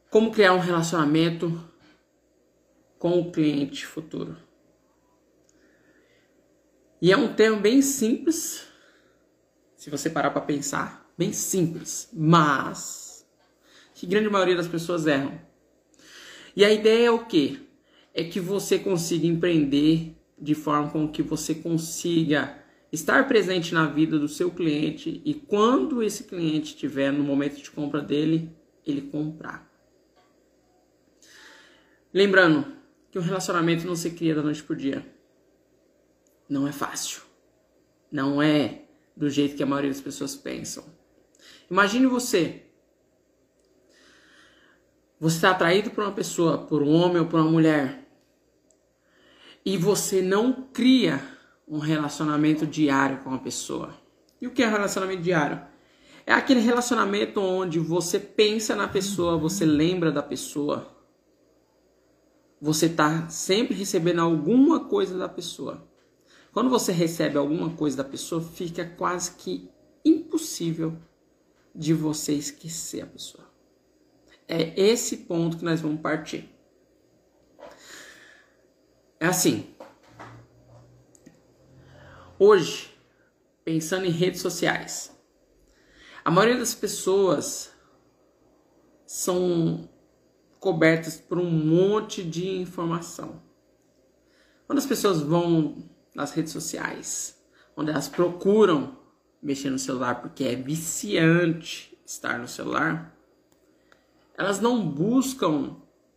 Como criar um relacionamento com o cliente futuro. E é um tema bem simples, se você parar para pensar, bem simples, mas que grande maioria das pessoas erram. E a ideia é o quê? É que você consiga empreender de forma com que você consiga estar presente na vida do seu cliente e quando esse cliente estiver no momento de compra dele, ele comprar. Lembrando que um relacionamento não se cria da noite por dia. Não é fácil. Não é do jeito que a maioria das pessoas pensam. Imagine você. Você está atraído por uma pessoa, por um homem ou por uma mulher. E você não cria um relacionamento diário com a pessoa. E o que é relacionamento diário? É aquele relacionamento onde você pensa na pessoa, você lembra da pessoa. Você está sempre recebendo alguma coisa da pessoa. Quando você recebe alguma coisa da pessoa, fica quase que impossível de você esquecer a pessoa. É esse ponto que nós vamos partir. É assim. Hoje, pensando em redes sociais, a maioria das pessoas são cobertas por um monte de informação. Quando as pessoas vão nas redes sociais, onde elas procuram mexer no celular porque é viciante estar no celular, elas não buscam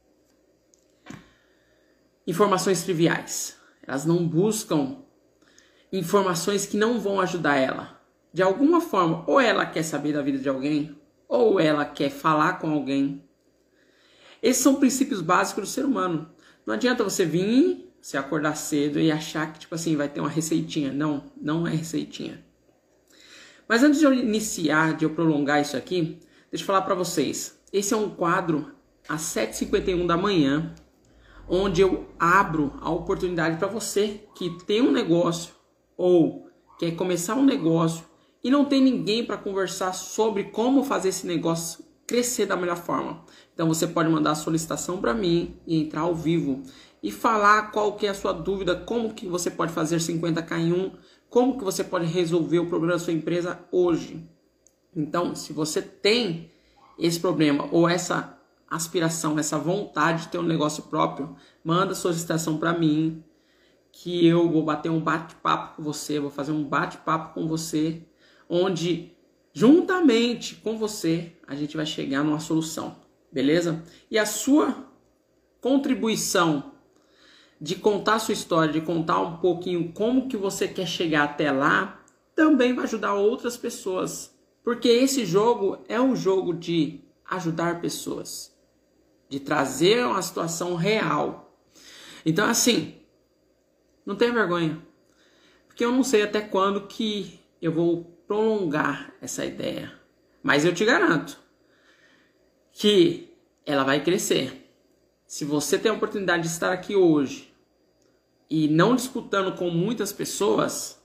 informações triviais. Elas não buscam informações que não vão ajudar ela. De alguma forma, ou ela quer saber da vida de alguém, ou ela quer falar com alguém. Esses são princípios básicos do ser humano. Não adianta você vir, você acordar cedo e achar que, tipo assim, vai ter uma receitinha. Não, não é receitinha. Mas antes de eu iniciar, de eu prolongar isso aqui, deixa eu falar para vocês. Esse é um quadro às 7h51 da manhã, onde eu abro a oportunidade para você que tem um negócio ou quer começar um negócio e não tem ninguém para conversar sobre como fazer esse negócio crescer da melhor forma. Então você pode mandar a solicitação para mim e entrar ao vivo e falar qual que é a sua dúvida, como que você pode fazer 50k em um, como que você pode resolver o problema da sua empresa hoje. Então, se você tem esse problema ou essa aspiração, essa vontade de ter um negócio próprio, manda solicitação para mim, que eu vou bater um bate-papo com você, vou fazer um bate-papo com você, onde juntamente com você a gente vai chegar numa solução, beleza? E a sua contribuição de contar a sua história, de contar um pouquinho como que você quer chegar até lá, também vai ajudar outras pessoas. Porque esse jogo é um jogo de ajudar pessoas, de trazer uma situação real. Então, assim, não tenha vergonha, porque eu não sei até quando que eu vou prolongar essa ideia. Mas eu te garanto que ela vai crescer. Se você tem a oportunidade de estar aqui hoje e não disputando com muitas pessoas,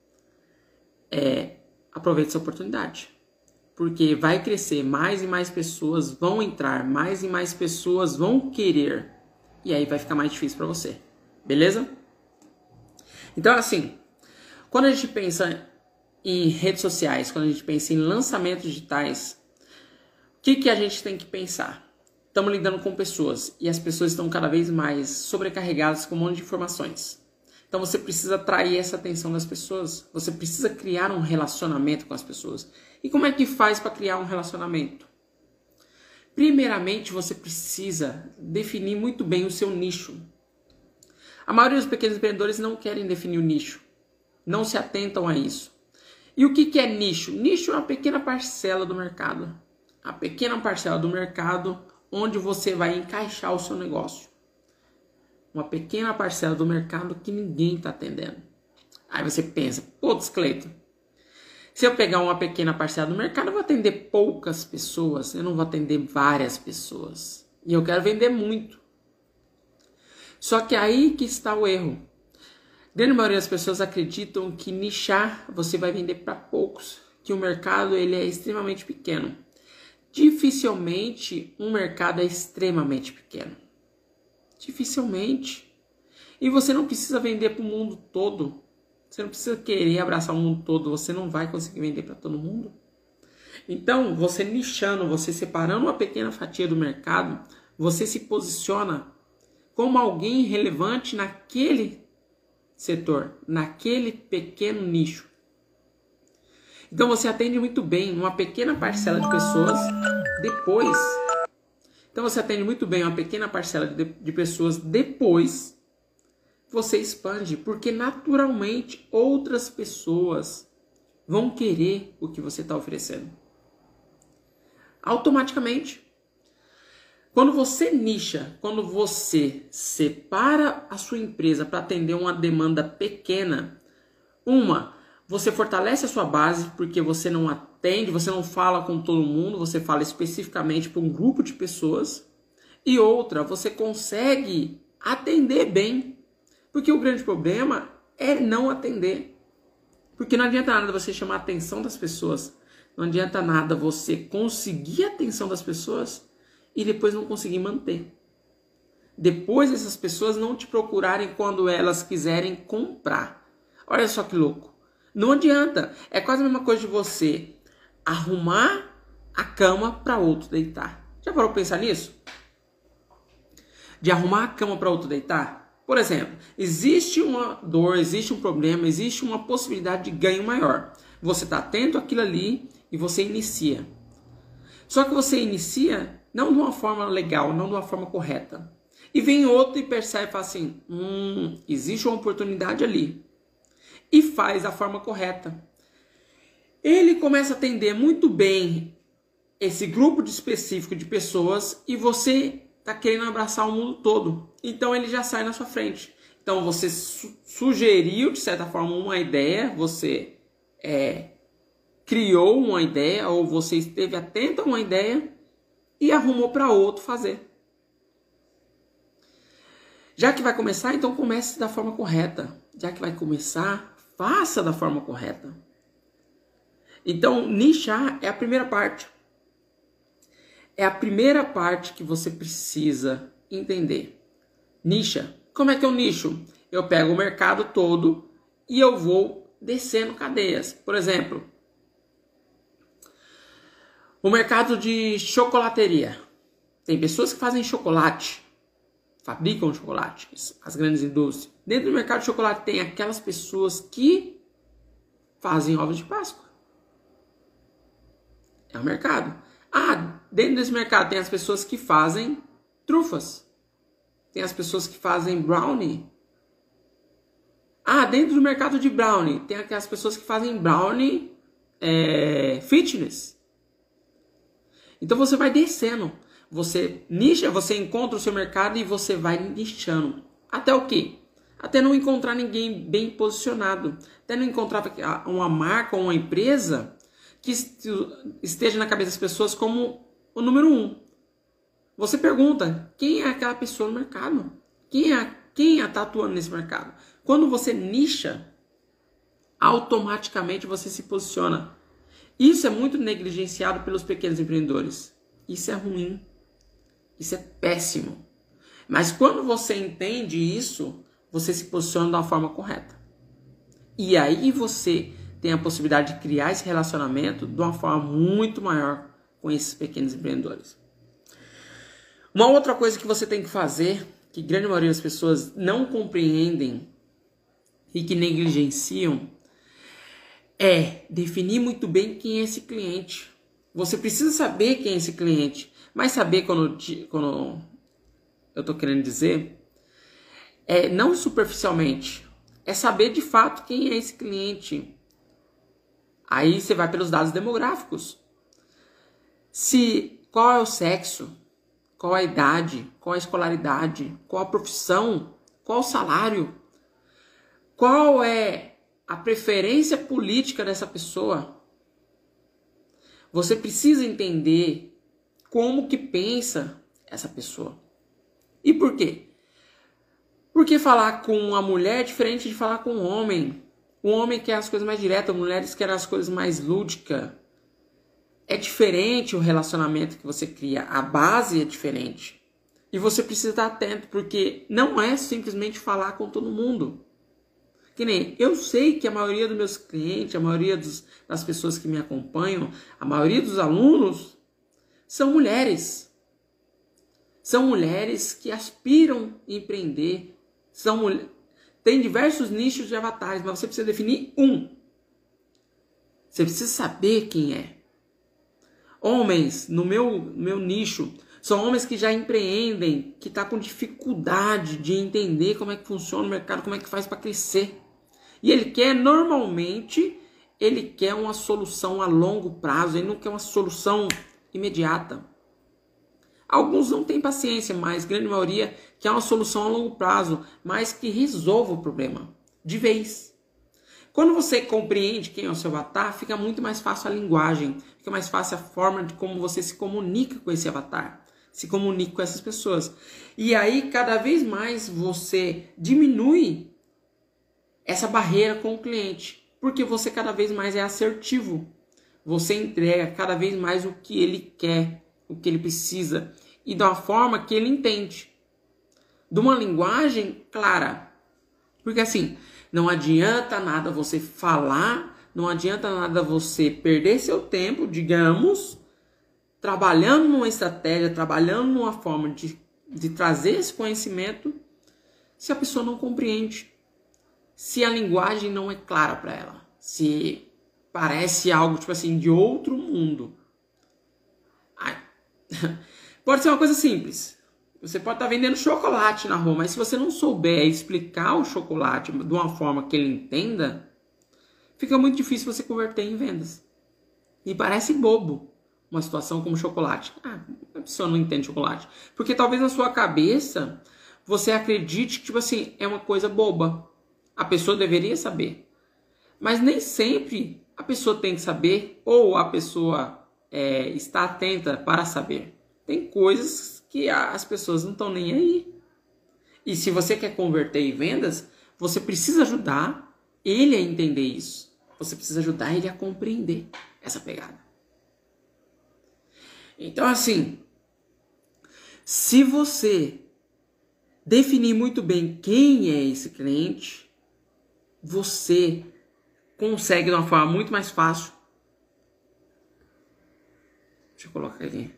aproveite essa oportunidade. Porque vai crescer, mais e mais pessoas vão entrar, mais e mais pessoas vão querer. E aí vai ficar mais difícil para você. Beleza? Então, assim, quando a gente pensa em redes sociais, quando a gente pensa em lançamentos digitais, o que a gente tem que pensar? Estamos lidando com pessoas e as pessoas estão cada vez mais sobrecarregadas com um monte de informações. Então você precisa atrair essa atenção das pessoas. Você precisa criar um relacionamento com as pessoas. E como é que faz para criar um relacionamento? Primeiramente, você precisa definir muito bem o seu nicho. A maioria dos pequenos empreendedores não querem definir o nicho. Não se atentam a isso. E o que é nicho? Nicho é uma pequena parcela do mercado. A pequena parcela do mercado onde você vai encaixar o seu negócio. Uma pequena parcela do mercado que ninguém está atendendo. Aí você pensa, putz, Cleiton, se eu pegar uma pequena parcela do mercado, eu vou atender poucas pessoas, eu não vou atender várias pessoas. E eu quero vender muito. Só que aí que está o erro. A grande maioria das pessoas acreditam que nichar você vai vender para poucos, que o mercado ele é extremamente pequeno. Dificilmente um mercado é extremamente pequeno. Dificilmente. E você não precisa vender para o mundo todo. Você não precisa querer abraçar o mundo todo. Você não vai conseguir vender para todo mundo. Então, você nichando, você separando uma pequena fatia do mercado, você se posiciona como alguém relevante naquele setor, naquele pequeno nicho. Então você atende muito bem uma pequena parcela de pessoas depois. Então você atende muito bem uma pequena parcela de pessoas depois. Você expande, porque naturalmente outras pessoas vão querer o que você está oferecendo. Automaticamente. Quando você nicha, quando você separa a sua empresa para atender uma demanda pequena, você fortalece a sua base porque você não atende, você não fala com todo mundo, você fala especificamente para um grupo de pessoas. E outra, você consegue atender bem, porque o grande problema é não atender. Porque não adianta nada você chamar a atenção das pessoas, não adianta nada você conseguir a atenção das pessoas e depois não conseguir manter. Depois essas pessoas não te procurarem quando elas quiserem comprar. Olha só que louco. Não adianta. É quase a mesma coisa de você arrumar a cama para outro deitar. Já parou para pensar nisso? De arrumar a cama para outro deitar? Por exemplo, existe uma dor, existe um problema, existe uma possibilidade de ganho maior. Você está atento àquilo ali e você inicia. Só que você inicia não de uma forma legal, não de uma forma correta. E vem outro e percebe e fala assim, existe uma oportunidade ali. E faz da forma correta. Ele começa a atender muito bem esse grupo específico de pessoas e você está querendo abraçar o mundo todo. Então ele já sai na sua frente. Então você sugeriu, de certa forma, uma ideia, você criou uma ideia ou você esteve atento a uma ideia e arrumou para outro fazer. Já que vai começar, então comece da forma correta. Já que vai começar, faça da forma correta. Então, nichar é a primeira parte. É a primeira parte que você precisa entender. Nicha. Como é que eu nicho? Eu pego o mercado todo e eu vou descendo cadeias. Por exemplo, o mercado de chocolateria. Tem pessoas que fazem chocolate, fabricam chocolate, as grandes indústrias. Dentro do mercado de chocolate tem aquelas pessoas que fazem ovos de Páscoa. É o mercado. Dentro desse mercado tem as pessoas que fazem trufas. Tem as pessoas que fazem brownie. Dentro do mercado de brownie tem aquelas pessoas que fazem brownie fitness. Então você vai descendo. Você nicha, você encontra o seu mercado e você vai nichando. Até o quê? Até não encontrar ninguém bem posicionado. Até não encontrar uma marca ou uma empresa que esteja na cabeça das pessoas como o número 1. Você pergunta, quem é aquela pessoa no mercado? Quem está atuando nesse mercado? Quando você nicha, automaticamente você se posiciona. Isso é muito negligenciado pelos pequenos empreendedores. Isso é ruim. Isso é péssimo. Mas quando você entende isso, você se posiciona de uma forma correta. E aí você tem a possibilidade de criar esse relacionamento de uma forma muito maior com esses pequenos empreendedores. Uma outra coisa que você tem que fazer, que a grande maioria das pessoas não compreendem e que negligenciam, é definir muito bem quem é esse cliente. Você precisa saber quem é esse cliente, mas saber quando eu estou querendo dizer, não superficialmente, é saber de fato quem é esse cliente. Aí você vai pelos dados demográficos. Qual é o sexo, qual a idade, qual a escolaridade, qual a profissão, qual o salário, qual é a preferência política dessa pessoa. Você precisa entender como que pensa essa pessoa. E por quê? Porque falar com uma mulher é diferente de falar com um homem. O homem quer as coisas mais diretas, as mulheres querem as coisas mais lúdicas. é diferente o relacionamento que você cria, a base é diferente. E você precisa estar atento, porque não é simplesmente falar com todo mundo. Que nem, eu sei que a maioria dos meus clientes, a maioria das pessoas que me acompanham, a maioria dos alunos, são mulheres. São mulheres que aspiram a empreender. Tem diversos nichos de avatares, mas você precisa definir um. Você precisa saber quem é. Homens, no meu nicho, são homens que já empreendem, que estão com dificuldade de entender como é que funciona o mercado, como é que faz para crescer. E normalmente, ele quer uma solução a longo prazo, ele não quer uma solução imediata. Alguns não têm paciência, mas a grande maioria quer uma solução a longo prazo, mas que resolva o problema de vez. Quando você compreende quem é o seu avatar, fica muito mais fácil a linguagem, fica mais fácil a forma de como você se comunica com esse avatar, se comunica com essas pessoas. E aí, cada vez mais você diminui essa barreira com o cliente, porque você cada vez mais é assertivo. Você entrega cada vez mais o que ele quer, o que ele precisa, e de uma forma que ele entende. De uma linguagem clara. Porque assim, não adianta nada você falar, não adianta nada você perder seu tempo, digamos, trabalhando numa estratégia, trabalhando numa forma de trazer esse conhecimento, se a pessoa não compreende. Se a linguagem não é clara para ela. Se parece algo, tipo assim, de outro mundo. Pode ser uma coisa simples. Você pode estar vendendo chocolate na rua, mas se você não souber explicar o chocolate de uma forma que ele entenda, fica muito difícil você converter em vendas. E parece bobo uma situação como chocolate. A pessoa não entende chocolate. Porque talvez na sua cabeça você acredite que, tipo assim, é uma coisa boba. A pessoa deveria saber. Mas nem sempre a pessoa tem que saber ou a pessoa está atenta para saber. Tem coisas que as pessoas não estão nem aí. E se você quer converter em vendas, você precisa ajudar ele a entender isso. Você precisa ajudar ele a compreender essa pegada. Então, assim, se você definir muito bem quem é esse cliente, você consegue de uma forma muito mais fácil. Deixa eu colocar aqui.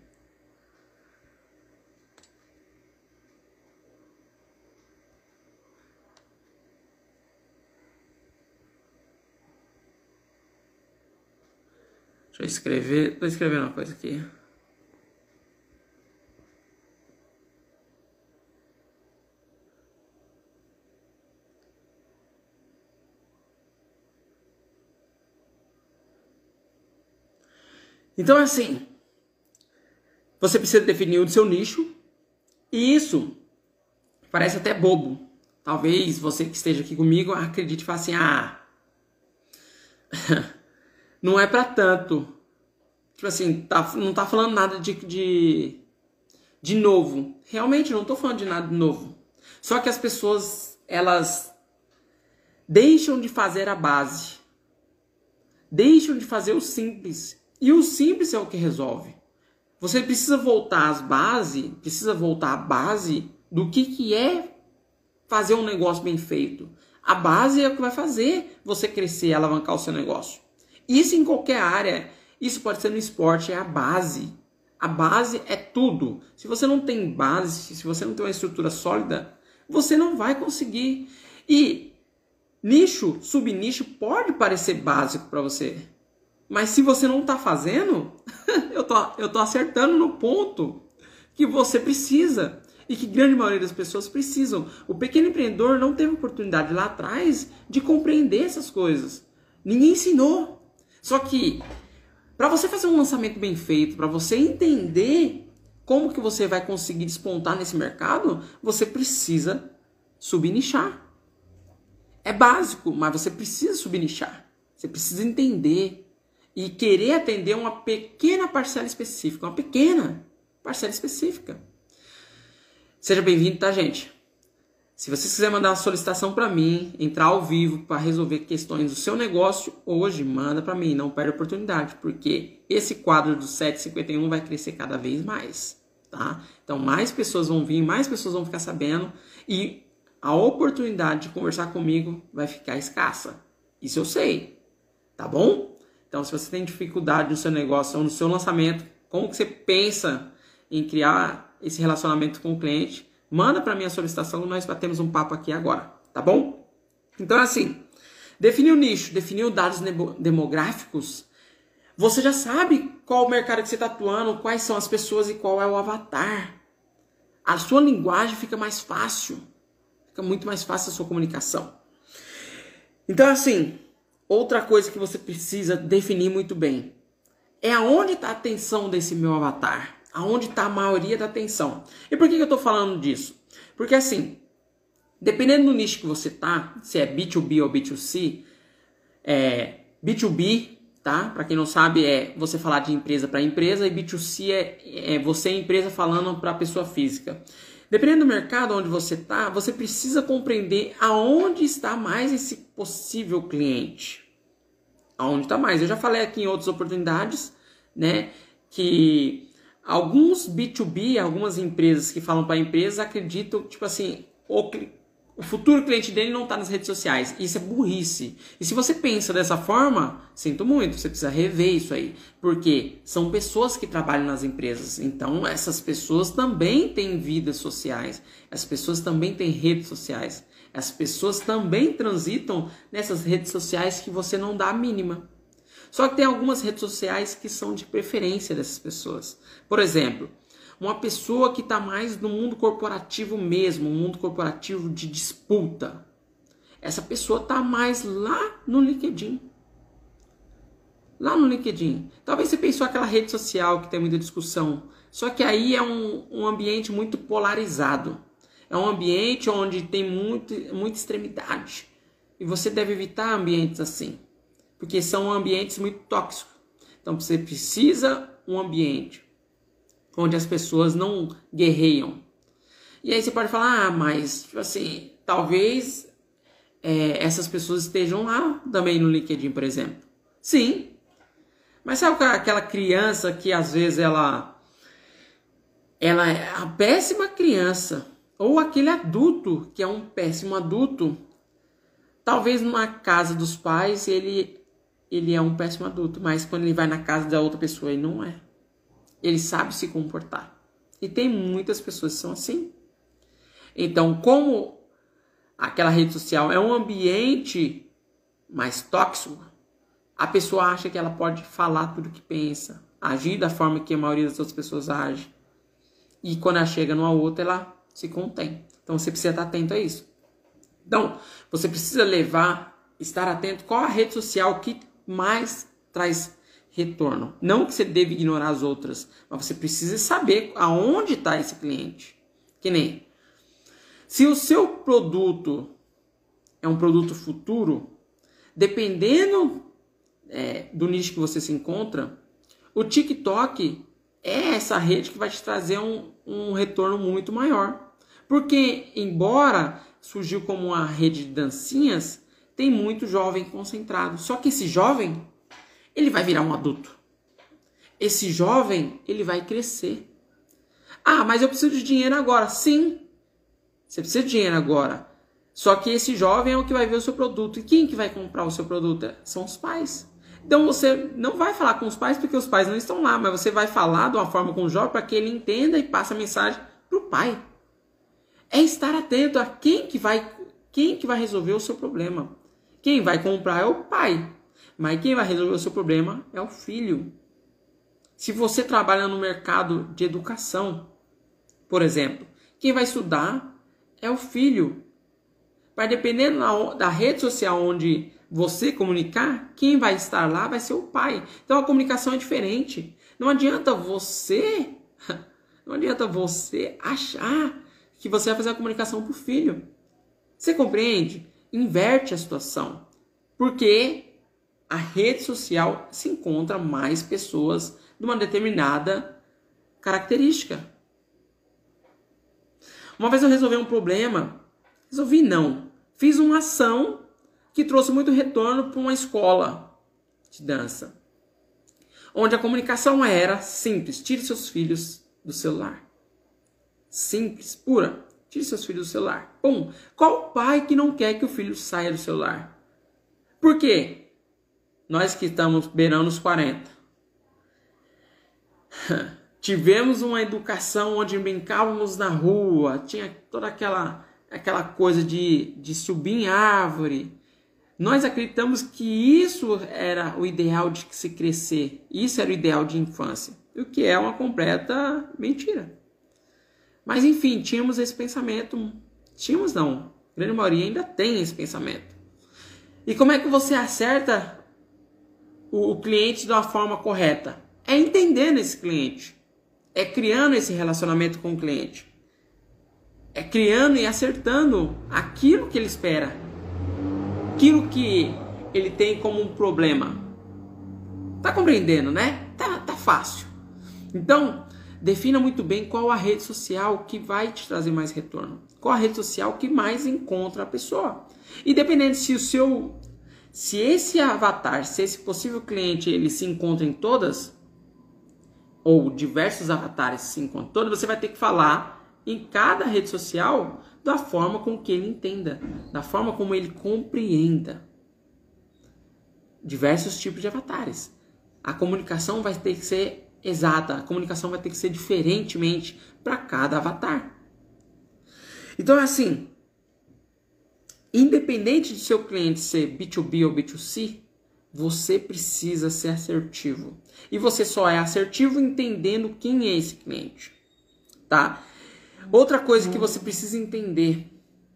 Deixa eu escrever. Tô escrevendo uma coisa aqui. Então, assim, você precisa definir o seu nicho, e isso parece até bobo. Talvez você que esteja aqui comigo acredite e fale assim, não é pra tanto. Tipo assim, não tá falando nada de novo. Realmente, não tô falando de nada de novo. Só que as pessoas, elas deixam de fazer a base. Deixam de fazer o simples. E o simples é o que resolve. Você precisa voltar à base do que é fazer um negócio bem feito. A base é o que vai fazer você crescer, alavancar o seu negócio. Isso em qualquer área. Isso pode ser no esporte, é a base. A base é tudo. Se você não tem base, se você não tem uma estrutura sólida, você não vai conseguir. E nicho, subnicho pode parecer básico para você. Mas se você não está fazendo, eu tô acertando no ponto que você precisa. E que a grande maioria das pessoas precisam. O pequeno empreendedor não teve oportunidade lá atrás de compreender essas coisas. Ninguém ensinou. Só que, para você fazer um lançamento bem feito, para você entender como que você vai conseguir despontar nesse mercado, você precisa subnichar. É básico, mas você precisa subnichar. Você precisa entender e querer atender uma pequena parcela específica. Uma pequena parcela específica. Seja bem-vindo, tá, gente? Se você quiser mandar uma solicitação para mim, entrar ao vivo para resolver questões do seu negócio, hoje manda para mim, não perde a oportunidade, porque esse quadro do 751 vai crescer cada vez mais, tá? Então mais pessoas vão vir, mais pessoas vão ficar sabendo e a oportunidade de conversar comigo vai ficar escassa. Isso eu sei, tá bom? Então se você tem dificuldade no seu negócio ou no seu lançamento, como que você pensa em criar esse relacionamento com o cliente, manda para mim a solicitação, nós batemos um papo aqui agora, tá bom? Então assim, definir o nicho, definir os dados demográficos, você já sabe qual o mercado que você está atuando, quais são as pessoas e qual é o avatar. A sua linguagem fica mais fácil, fica muito mais fácil a sua comunicação. Então assim, outra coisa que você precisa definir muito bem é aonde está a atenção desse meu avatar. Aonde está a maioria da atenção. E por que eu estou falando disso? Porque assim, dependendo do nicho que você tá, se é B2B ou B2C, B2B, tá? Para quem não sabe, é você falar de empresa para empresa, e B2C é você empresa falando para pessoa física. Dependendo do mercado onde você tá, você precisa compreender aonde está mais esse possível cliente. Aonde está mais. Eu já falei aqui em outras oportunidades, né, que alguns B2B, algumas empresas que falam para empresas acreditam, tipo assim, o futuro cliente dele não está nas redes sociais. Isso é burrice. E se você pensa dessa forma, sinto muito, você precisa rever isso aí. Porque são pessoas que trabalham nas empresas. Então, essas pessoas também têm vidas sociais. As pessoas também têm redes sociais. As pessoas também transitam nessas redes sociais que você não dá a mínima. Só que tem algumas redes sociais que são de preferência dessas pessoas. Por exemplo, uma pessoa que está mais no mundo corporativo mesmo, um mundo corporativo de disputa. Essa pessoa está mais lá no LinkedIn. Lá no LinkedIn. Talvez você pensou aquela rede social que tem muita discussão. Só que aí é um ambiente muito polarizado. É um ambiente onde tem muita extremidade. E você deve evitar ambientes assim. Porque são ambientes muito tóxicos. Então você precisa um ambiente onde as pessoas não guerreiam. E aí você pode falar, mas tipo assim, talvez essas pessoas estejam lá também no LinkedIn, por exemplo. Sim. Mas sabe aquela criança que às vezes ela é a péssima criança, ou aquele adulto que é um péssimo adulto, talvez na casa dos pais ele é um péssimo adulto, mas quando ele vai na casa da outra pessoa, ele não é. Ele sabe se comportar. E tem muitas pessoas que são assim. Então, como aquela rede social é um ambiente mais tóxico, a pessoa acha que ela pode falar tudo o que pensa, agir da forma que a maioria das outras pessoas age. E quando ela chega numa outra, ela se contém. Então, você precisa estar atento a isso. Então, você precisa estar atento qual a rede social que mais traz retorno. Não que você deve ignorar as outras, mas você precisa saber aonde está esse cliente. Que nem, se o seu produto é um produto futuro, dependendo do nicho que você se encontra, o TikTok é essa rede que vai te trazer um retorno muito maior. Porque, embora surgiu como uma rede de dancinhas, tem muito jovem concentrado. Só que esse jovem, ele vai virar um adulto. Esse jovem, ele vai crescer. Ah, mas eu preciso de dinheiro agora. Sim, você precisa de dinheiro agora. Só que esse jovem é o que vai ver o seu produto. E quem que vai comprar o seu produto? São os pais. Então você não vai falar com os pais porque os pais não estão lá. Mas você vai falar de uma forma com o jovem para que ele entenda e passe a mensagem para o pai. É estar atento a quem que vai resolver o seu problema. Quem vai comprar é o pai. Mas quem vai resolver o seu problema é o filho. Se você trabalha no mercado de educação, por exemplo, quem vai estudar é o filho. Mas dependendo da rede social onde você comunicar, quem vai estar lá vai ser o pai. Então a comunicação é diferente. Não adianta você achar que você vai fazer a comunicação para o filho. Você compreende? Inverte a situação. Porque a rede social se encontra mais pessoas de uma determinada característica. Uma vez eu resolvi um problema Resolvi não. Fiz uma ação que trouxe muito retorno para uma escola de dança, onde a comunicação era simples. Tire seus filhos do celular. Simples, pura. Tire seus filhos do celular. Bom, qual pai que não quer que o filho saia do celular? Por quê? Nós que estamos beirando os 40. Tivemos uma educação onde brincávamos na rua. Tinha toda aquela coisa de subir em árvore. Nós acreditamos que isso era o ideal de se crescer. Isso era o ideal de infância. O que é uma completa mentira. Mas enfim, tínhamos esse pensamento. Tínhamos não. A grande maioria ainda tem esse pensamento. E como é que você acerta o cliente de uma forma correta? É entendendo esse cliente. É criando esse relacionamento com o cliente. É criando e acertando aquilo que ele espera. Aquilo que ele tem como um problema. Tá compreendendo, né? Tá fácil. Então, defina muito bem qual a rede social que vai te trazer mais retorno. Qual a rede social que mais encontra a pessoa. E dependendo se esse avatar, se esse possível cliente, ele se encontra em todas, ou diversos avatares se encontram em todas, você vai ter que falar em cada rede social da forma com que ele entenda, da forma como ele compreenda. Diversos tipos de avatares. A comunicação vai ter que ser exata, a comunicação vai ter que ser diferentemente para cada avatar. Então, assim, independente de seu cliente ser B2B ou B2C, você precisa ser assertivo. E você só é assertivo entendendo quem é esse cliente, tá? Outra coisa que você precisa entender.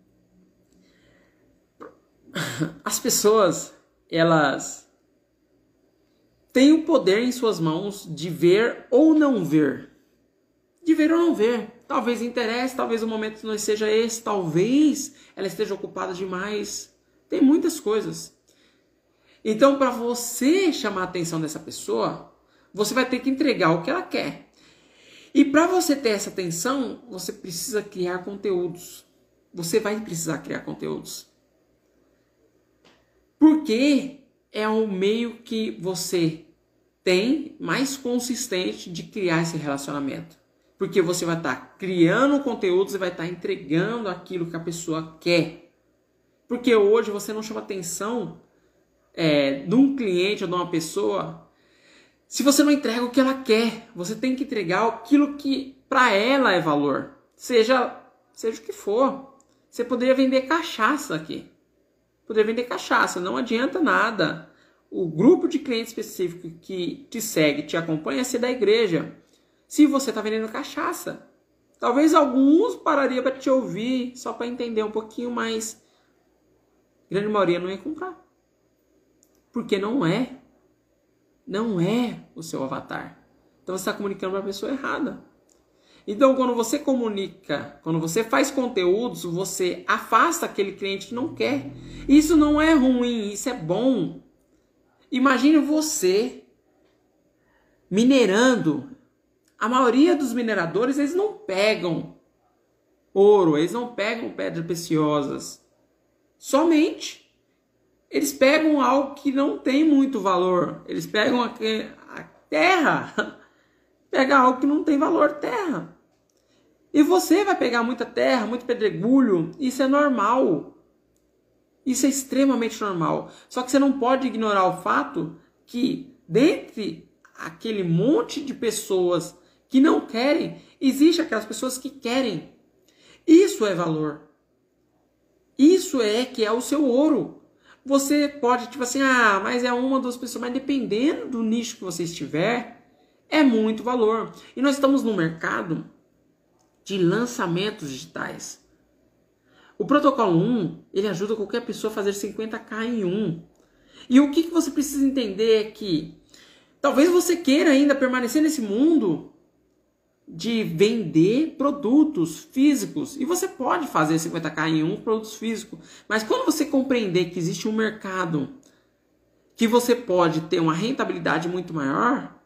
As pessoas, elas têm o poder em suas mãos de ver ou não ver. De ver ou não ver. Talvez interesse, talvez o momento não seja esse, talvez ela esteja ocupada demais. Tem muitas coisas. Então, para você chamar a atenção dessa pessoa, você vai ter que entregar o que ela quer. E para você ter essa atenção, você precisa criar conteúdos. Você vai precisar criar conteúdos. Porque é o meio que você tem mais consistente de criar esse relacionamento. Porque você vai estar criando conteúdos e vai estar entregando aquilo que a pessoa quer. Porque hoje você não chama atenção de um cliente ou de uma pessoa se você não entrega o que ela quer. Você tem que entregar aquilo que para ela é valor. Seja o que for. Você poderia vender cachaça aqui. Poderia vender cachaça. Não adianta nada. O grupo de cliente específico que te segue, te acompanha, é ser da igreja. Se você está vendendo cachaça. Talvez alguns parariam para te ouvir, só para entender um pouquinho mais. A grande maioria não ia comprar. Porque não é o seu avatar. Então você está comunicando para a pessoa errada. Então quando você comunica, quando você faz conteúdos, você afasta aquele cliente que não quer. Isso não é ruim, isso é bom. Imagine você minerando. A maioria dos mineradores, eles não pegam ouro, eles não pegam pedras preciosas. Somente. Eles pegam algo que não tem muito valor. Eles pegam a terra. Pega algo que não tem valor, terra. E você vai pegar muita terra, muito pedregulho. Isso é normal. Isso é extremamente normal. Só que você não pode ignorar o fato que, dentre aquele monte de pessoas que não querem, existe aquelas pessoas que querem. Isso é valor. Isso é que é o seu ouro. Você pode, tipo assim, mas é uma das pessoas, mas dependendo do nicho que você estiver, é muito valor. E nós estamos num mercado de lançamentos digitais. O protocolo 1, ele ajuda qualquer pessoa a fazer 50k em 1. E o que você precisa entender é que talvez você queira ainda permanecer nesse mundo de vender produtos físicos. E você pode fazer 50k em 1 produtos físicos. Mas quando você compreender que existe um mercado que você pode ter uma rentabilidade muito maior,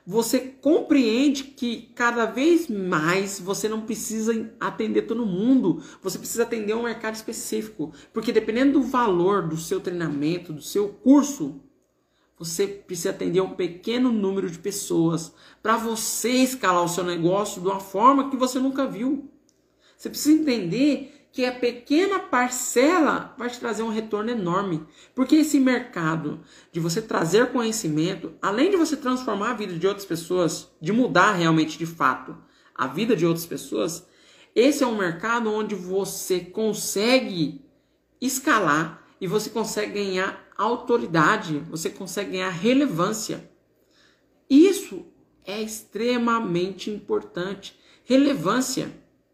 você compreende que cada vez mais você não precisa atender todo mundo, você precisa atender um mercado específico, porque dependendo do valor do seu treinamento, do seu curso, você precisa atender um pequeno número de pessoas para você escalar o seu negócio de uma forma que você nunca viu. Você precisa entender que a pequena parcela vai te trazer um retorno enorme. Porque esse mercado de você trazer conhecimento, além de você transformar a vida de outras pessoas, de mudar realmente de fato a vida de outras pessoas, esse é um mercado onde você consegue escalar e você consegue ganhar autoridade, você consegue ganhar relevância. Isso é extremamente importante. Relevância.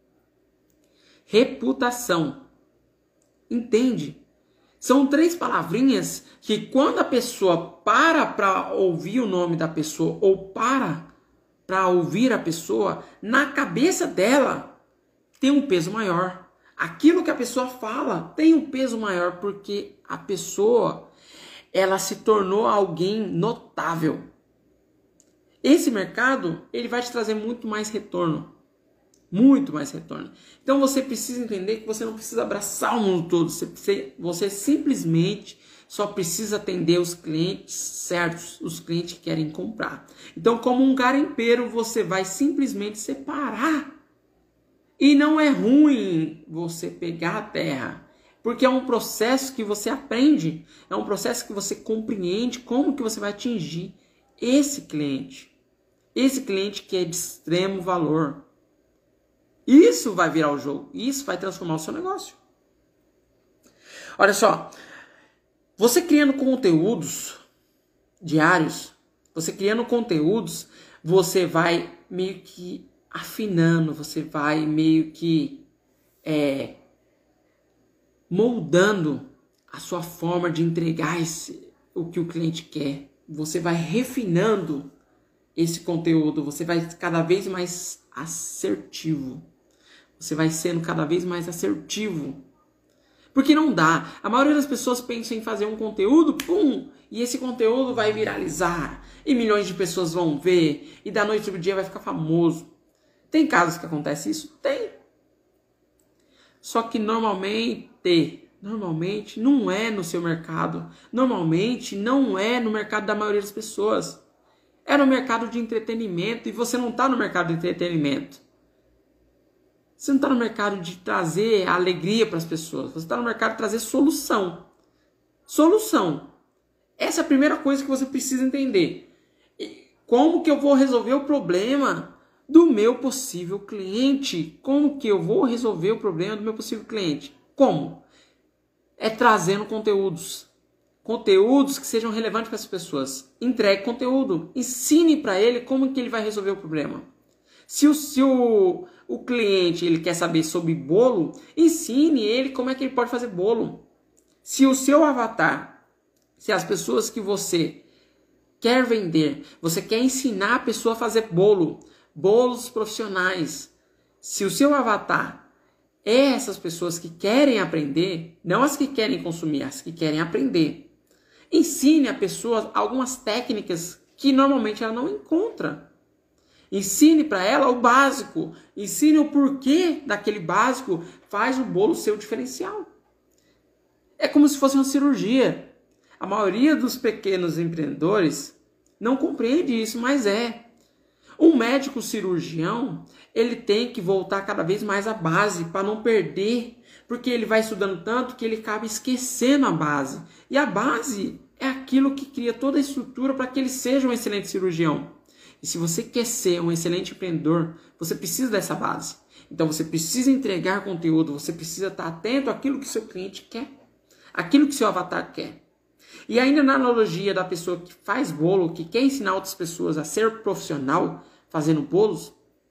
Reputação. Entende? São 3 palavrinhas que quando a pessoa para ouvir o nome da pessoa ou para ouvir a pessoa, na cabeça dela tem um peso maior. Aquilo que a pessoa fala tem um peso maior porque a pessoa, ela se tornou alguém notável. Esse mercado, ele vai te trazer muito mais retorno. Muito mais retorno. Então você precisa entender que você não precisa abraçar o mundo todo. Você simplesmente só precisa atender os clientes certos, os clientes que querem comprar. Então, como um garimpeiro, você vai simplesmente separar. E não é ruim você pegar a terra, porque é um processo que você aprende, é um processo que você compreende como que você vai atingir esse cliente que é de extremo valor. Isso vai virar o jogo. Isso vai transformar o seu negócio. Olha só. Você criando conteúdos diários, você vai meio que afinando, você vai meio que moldando a sua forma de entregar o que o cliente quer. Você vai refinando esse conteúdo, você vai cada vez mais assertivo. Você vai sendo cada vez mais assertivo. Porque não dá. A maioria das pessoas pensa em fazer um conteúdo, e esse conteúdo vai viralizar. E milhões de pessoas vão ver. E da noite pro dia vai ficar famoso. Tem casos que acontece isso? Tem. Só que normalmente não é no seu mercado. Normalmente não é no mercado da maioria das pessoas. É no mercado de entretenimento. E você não está no mercado de entretenimento. Você não está no mercado de trazer alegria para as pessoas. Você está no mercado de trazer solução. Solução. Essa é a primeira coisa que você precisa entender. Como que eu vou resolver o problema do meu possível cliente? Como que eu vou resolver o problema do meu possível cliente? Como? É trazendo conteúdos. Conteúdos que sejam relevantes para as pessoas. Entregue conteúdo. Ensine para ele como que ele vai resolver o problema. Se o cliente ele quer saber sobre bolo, ensine ele como é que ele pode fazer bolo. Se o seu avatar, se as pessoas que você quer vender, você quer ensinar a pessoa a fazer bolos profissionais. Se o seu avatar é essas pessoas que querem aprender, não as que querem consumir, as que querem aprender. Ensine a pessoa algumas técnicas que normalmente ela não encontra. Ensine para ela o básico. Ensine o porquê daquele básico faz o bolo ser o diferencial. É como se fosse uma cirurgia. A maioria dos pequenos empreendedores não compreende isso, mas é. Um médico cirurgião, ele tem que voltar cada vez mais à base para não perder, porque ele vai estudando tanto que ele acaba esquecendo a base. E a base é aquilo que cria toda a estrutura para que ele seja um excelente cirurgião. E se você quer ser um excelente empreendedor, você precisa dessa base. Então você precisa entregar conteúdo, você precisa estar atento àquilo que seu cliente quer, àquilo que seu avatar quer. E ainda na analogia da pessoa que faz bolo, que quer ensinar outras pessoas a ser profissional fazendo bolos,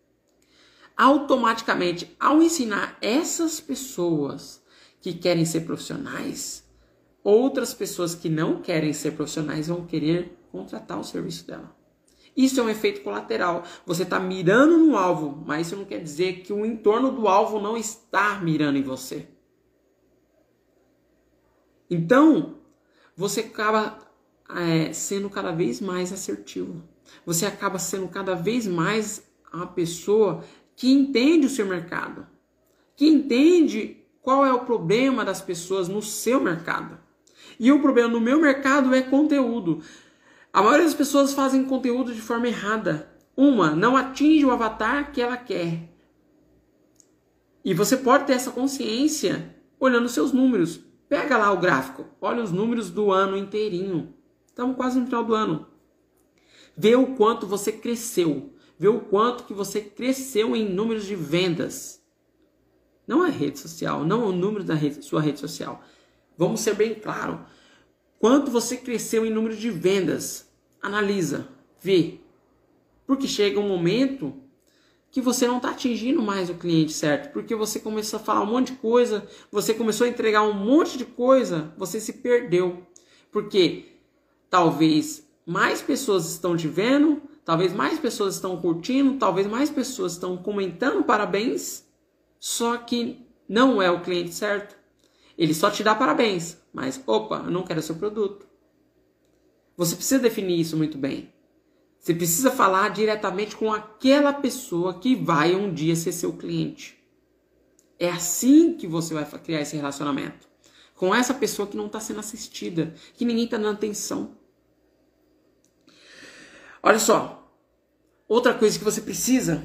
automaticamente, ao ensinar essas pessoas que querem ser profissionais, outras pessoas que não querem ser profissionais vão querer contratar o serviço dela. Isso é um efeito colateral. Você está mirando no alvo, mas isso não quer dizer que o entorno do alvo não está mirando em você. Então, você acaba sendo cada vez mais assertivo. Você acaba sendo cada vez mais a pessoa que entende o seu mercado, que entende qual é o problema das pessoas no seu mercado. E o problema no meu mercado é conteúdo. A maioria das pessoas fazem conteúdo de forma errada. Não atinge o avatar que ela quer. E você pode ter essa consciência olhando seus números. Pega lá o gráfico, olha os números do ano inteirinho. Estamos quase no final do ano. Vê o quanto você cresceu. Vê o quanto que você cresceu em números de vendas. Não a rede social, não o número da sua rede social. Vamos ser bem claros. Quanto você cresceu em número de vendas. Analisa, vê. Porque chega um momento que você não está atingindo mais o cliente certo. Porque você começou a falar um monte de coisa, você começou a entregar um monte de coisa, você se perdeu. Porque talvez mais pessoas estão te vendo, talvez mais pessoas estão curtindo, talvez mais pessoas estão comentando parabéns, só que não é o cliente certo. Ele só te dá parabéns, mas opa, eu não quero seu produto. Você precisa definir isso muito bem. Você precisa falar diretamente com aquela pessoa que vai um dia ser seu cliente. É assim que você vai criar esse relacionamento. Com essa pessoa que não está sendo assistida, que ninguém está dando atenção. Olha só, outra coisa que você precisa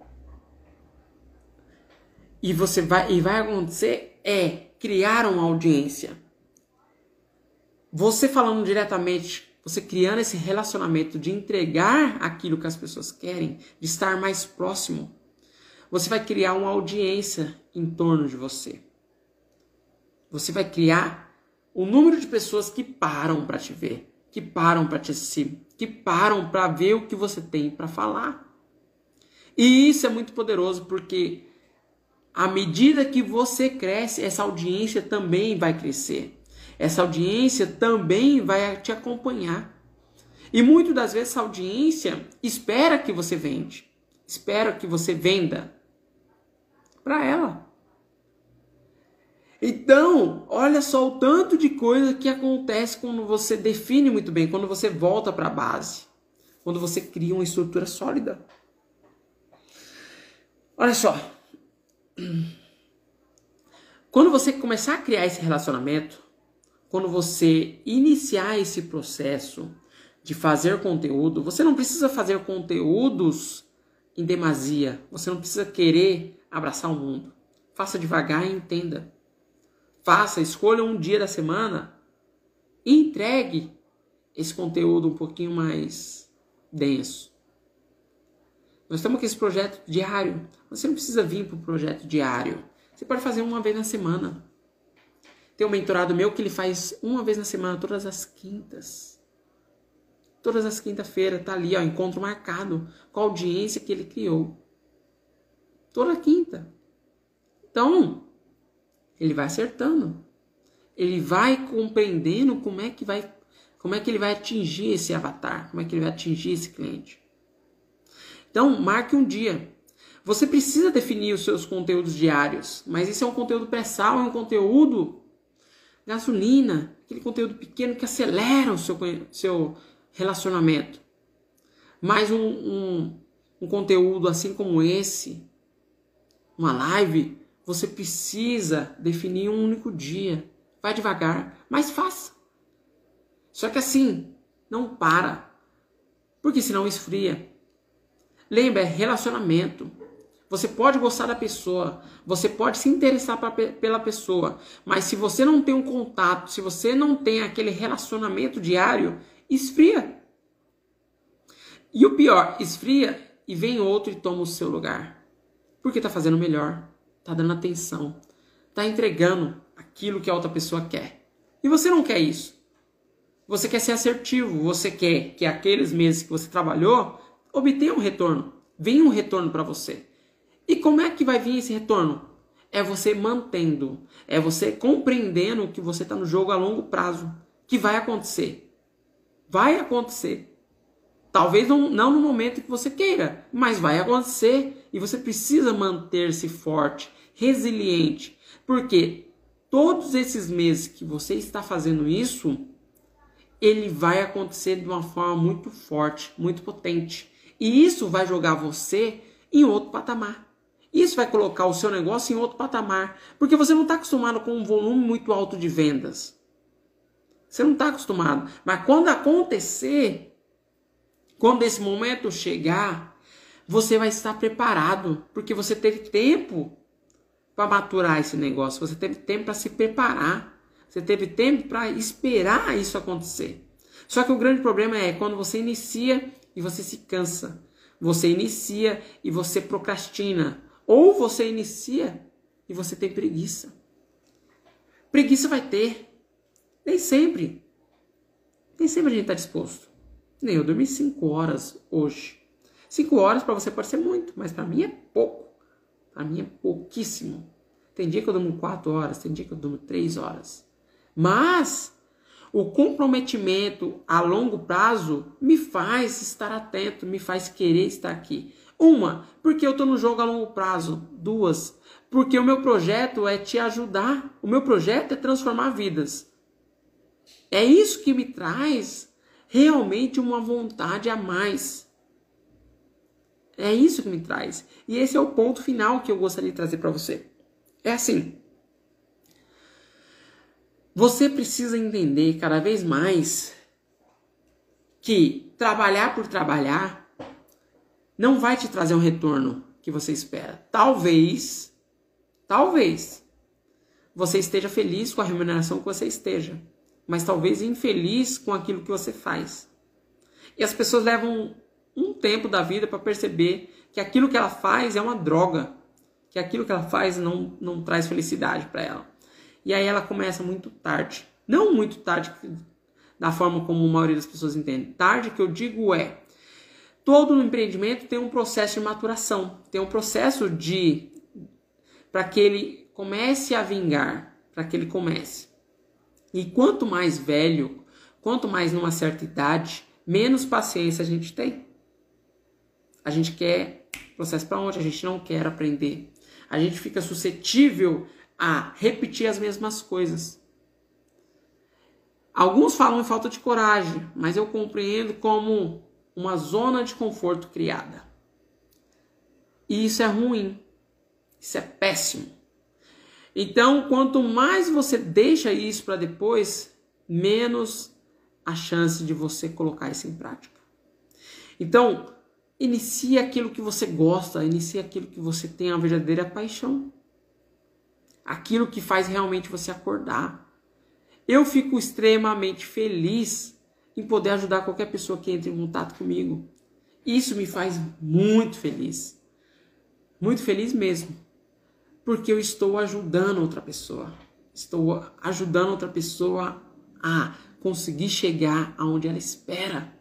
e vai acontecer é criar uma audiência. Você falando diretamente, você criando esse relacionamento de entregar aquilo que as pessoas querem, de estar mais próximo, você vai criar uma audiência em torno de você. Você vai criar o número de pessoas que param para te ver, que param para te assistir, que param para ver o que você tem para falar. E isso é muito poderoso porque à medida que você cresce, essa audiência também vai crescer. Essa audiência também vai te acompanhar. E muitas das vezes essa audiência espera que você espera que você venda para ela. Então, olha só o tanto de coisa que acontece quando você define muito bem, quando você volta para a base, quando você cria uma estrutura sólida. Olha só, quando você começar a criar esse relacionamento, quando você iniciar esse processo de fazer conteúdo, você não precisa fazer conteúdos em demasia, você não precisa querer abraçar o mundo. Faça devagar e entenda. Escolha um dia da semana e entregue esse conteúdo um pouquinho mais denso. Nós estamos com esse projeto diário. Você não precisa vir para o projeto diário. Você pode fazer uma vez na semana. Tem um mentorado meu que ele faz uma vez na semana, todas as quintas. Todas as quinta-feiras, tá ali, ó, encontro marcado com a audiência que ele criou. Toda quinta. Então, ele vai acertando. Ele vai compreendendo como é que ele vai atingir esse avatar, como é que ele vai atingir esse cliente. Então, marque um dia. Você precisa definir os seus conteúdos diários, mas isso é um conteúdo pré-sal, é um conteúdo gasolina, aquele conteúdo pequeno que acelera o seu relacionamento. Mas um conteúdo assim como esse, uma live, você precisa definir um único dia. Vai devagar, mas faça. Só que assim, não para, porque senão esfria. Lembra, é relacionamento. Você pode gostar da pessoa, você pode se interessar pela pessoa, mas se você não tem um contato, se você não tem aquele relacionamento diário, esfria. E o pior, esfria e vem outro e toma o seu lugar. Porque está fazendo melhor, está dando atenção, está entregando aquilo que a outra pessoa quer. E você não quer isso. Você quer ser assertivo, você quer que aqueles meses que você trabalhou obtenha um retorno, venha um retorno para você. E como é que vai vir esse retorno? É você mantendo, é você compreendendo que você está no jogo a longo prazo, que vai acontecer. Vai acontecer. Talvez não no momento que você queira, mas vai acontecer e você precisa manter-se forte, resiliente, porque todos esses meses que você está fazendo isso, ele vai acontecer de uma forma muito forte, muito potente. E isso vai jogar você em outro patamar. Isso vai colocar o seu negócio em outro patamar. Porque você não está acostumado com um volume muito alto de vendas. Você não está acostumado. Mas quando acontecer, quando esse momento chegar, você vai estar preparado. Porque você teve tempo para maturar esse negócio. Você teve tempo para se preparar. Você teve tempo para esperar isso acontecer. Só que o grande problema é quando você inicia e você se cansa. Você inicia e você procrastina. Ou você inicia e você tem preguiça. Preguiça vai ter. Nem sempre. Nem sempre a gente está disposto. Nem eu dormi 5 horas hoje. 5 horas para você pode ser muito, mas para mim é pouco. Para mim é pouquíssimo. Tem dia que eu durmo 4 horas, tem dia que eu durmo 3 horas. Mas o comprometimento a longo prazo me faz estar atento, me faz querer estar aqui. 1, porque eu estou no jogo a longo prazo. 2, porque o meu projeto é te ajudar. O meu projeto é transformar vidas. É isso que me traz realmente uma vontade a mais. É isso que me traz. E esse é o ponto final que eu gostaria de trazer para você. É assim. Você precisa entender cada vez mais que trabalhar por trabalhar não vai te trazer um retorno que você espera. Talvez você esteja feliz com a remuneração que você esteja, mas talvez infeliz com aquilo que você faz. E as pessoas levam um tempo da vida para perceber que aquilo que ela faz é uma droga, que aquilo que ela faz não traz felicidade para ela. E aí ela começa muito tarde. Não muito tarde da forma como a maioria das pessoas entende. Tarde que eu digo é, todo empreendimento tem um processo de maturação. Tem um processo para que ele comece a vingar. Para que ele comece. E quanto mais velho, quanto mais numa certa idade, menos paciência a gente tem. A gente quer processo para onde? A gente não quer aprender. A gente fica suscetível a repetir as mesmas coisas. Alguns falam em falta de coragem, mas eu compreendo como uma zona de conforto criada. E isso é ruim. Isso é péssimo. Então, quanto mais você deixa isso para depois, menos a chance de você colocar isso em prática. Então, inicie aquilo que você gosta, inicie aquilo que você tem a verdadeira paixão. Aquilo que faz realmente você acordar. Eu fico extremamente feliz em poder ajudar qualquer pessoa que entre em contato comigo. Isso me faz muito feliz. Muito feliz mesmo. Porque eu estou ajudando outra pessoa. Estou ajudando outra pessoa a conseguir chegar aonde ela espera.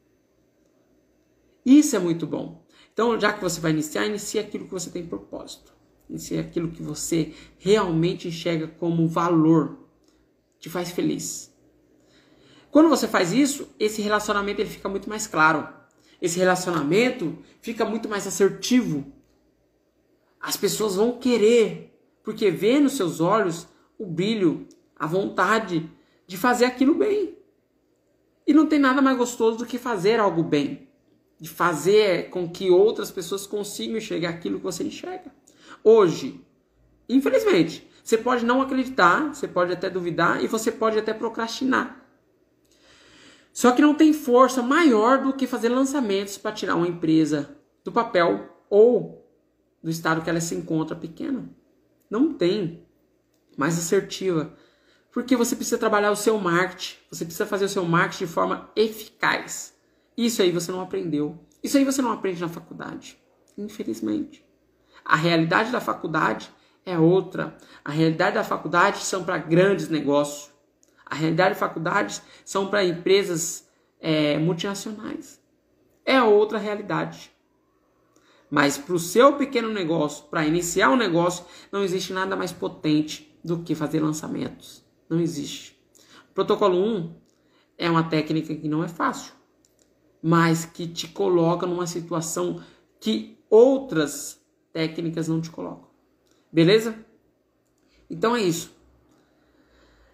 Isso é muito bom. Então, já que você vai iniciar, inicie aquilo que você tem propósito. Inicie aquilo que você realmente enxerga como valor. Te faz feliz. Quando você faz isso, esse relacionamento ele fica muito mais claro. Esse relacionamento fica muito mais assertivo. As pessoas vão querer, porque vê nos seus olhos o brilho, a vontade de fazer aquilo bem. E não tem nada mais gostoso do que fazer algo bem. De fazer com que outras pessoas consigam enxergar aquilo que você enxerga. Hoje, infelizmente, você pode não acreditar, você pode até duvidar e você pode até procrastinar. Só que não tem força maior do que fazer lançamentos para tirar uma empresa do papel ou do estado que ela se encontra pequena. Não tem. Mais assertiva. Porque você precisa trabalhar o seu marketing. Você precisa fazer o seu marketing de forma eficaz. Isso aí você não aprendeu. Isso aí você não aprende na faculdade. Infelizmente. A realidade da faculdade é outra. A realidade da faculdade são para grandes negócios. A realidade da faculdade são para empresas multinacionais. É outra realidade. Mas para o seu pequeno negócio, para iniciar um negócio, não existe nada mais potente do que fazer lançamentos. Não existe. O protocolo 1 é uma técnica que não é fácil, mas que te coloca numa situação que outras técnicas não te colocam. Beleza? Então é isso.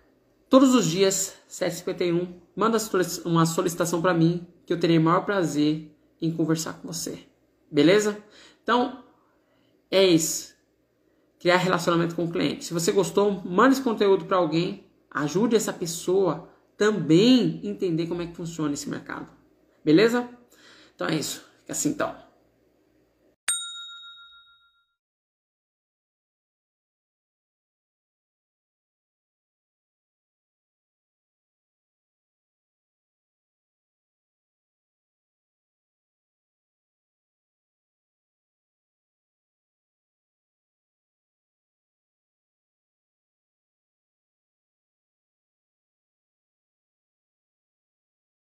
Todos os dias, 7h51, manda uma solicitação para mim, que eu terei o maior prazer em conversar com você. Beleza? Então, é isso. Criar relacionamento com o cliente. Se você gostou, manda esse conteúdo para alguém. Ajude essa pessoa também a entender como é que funciona esse mercado. Beleza? Então é isso. Fica assim então.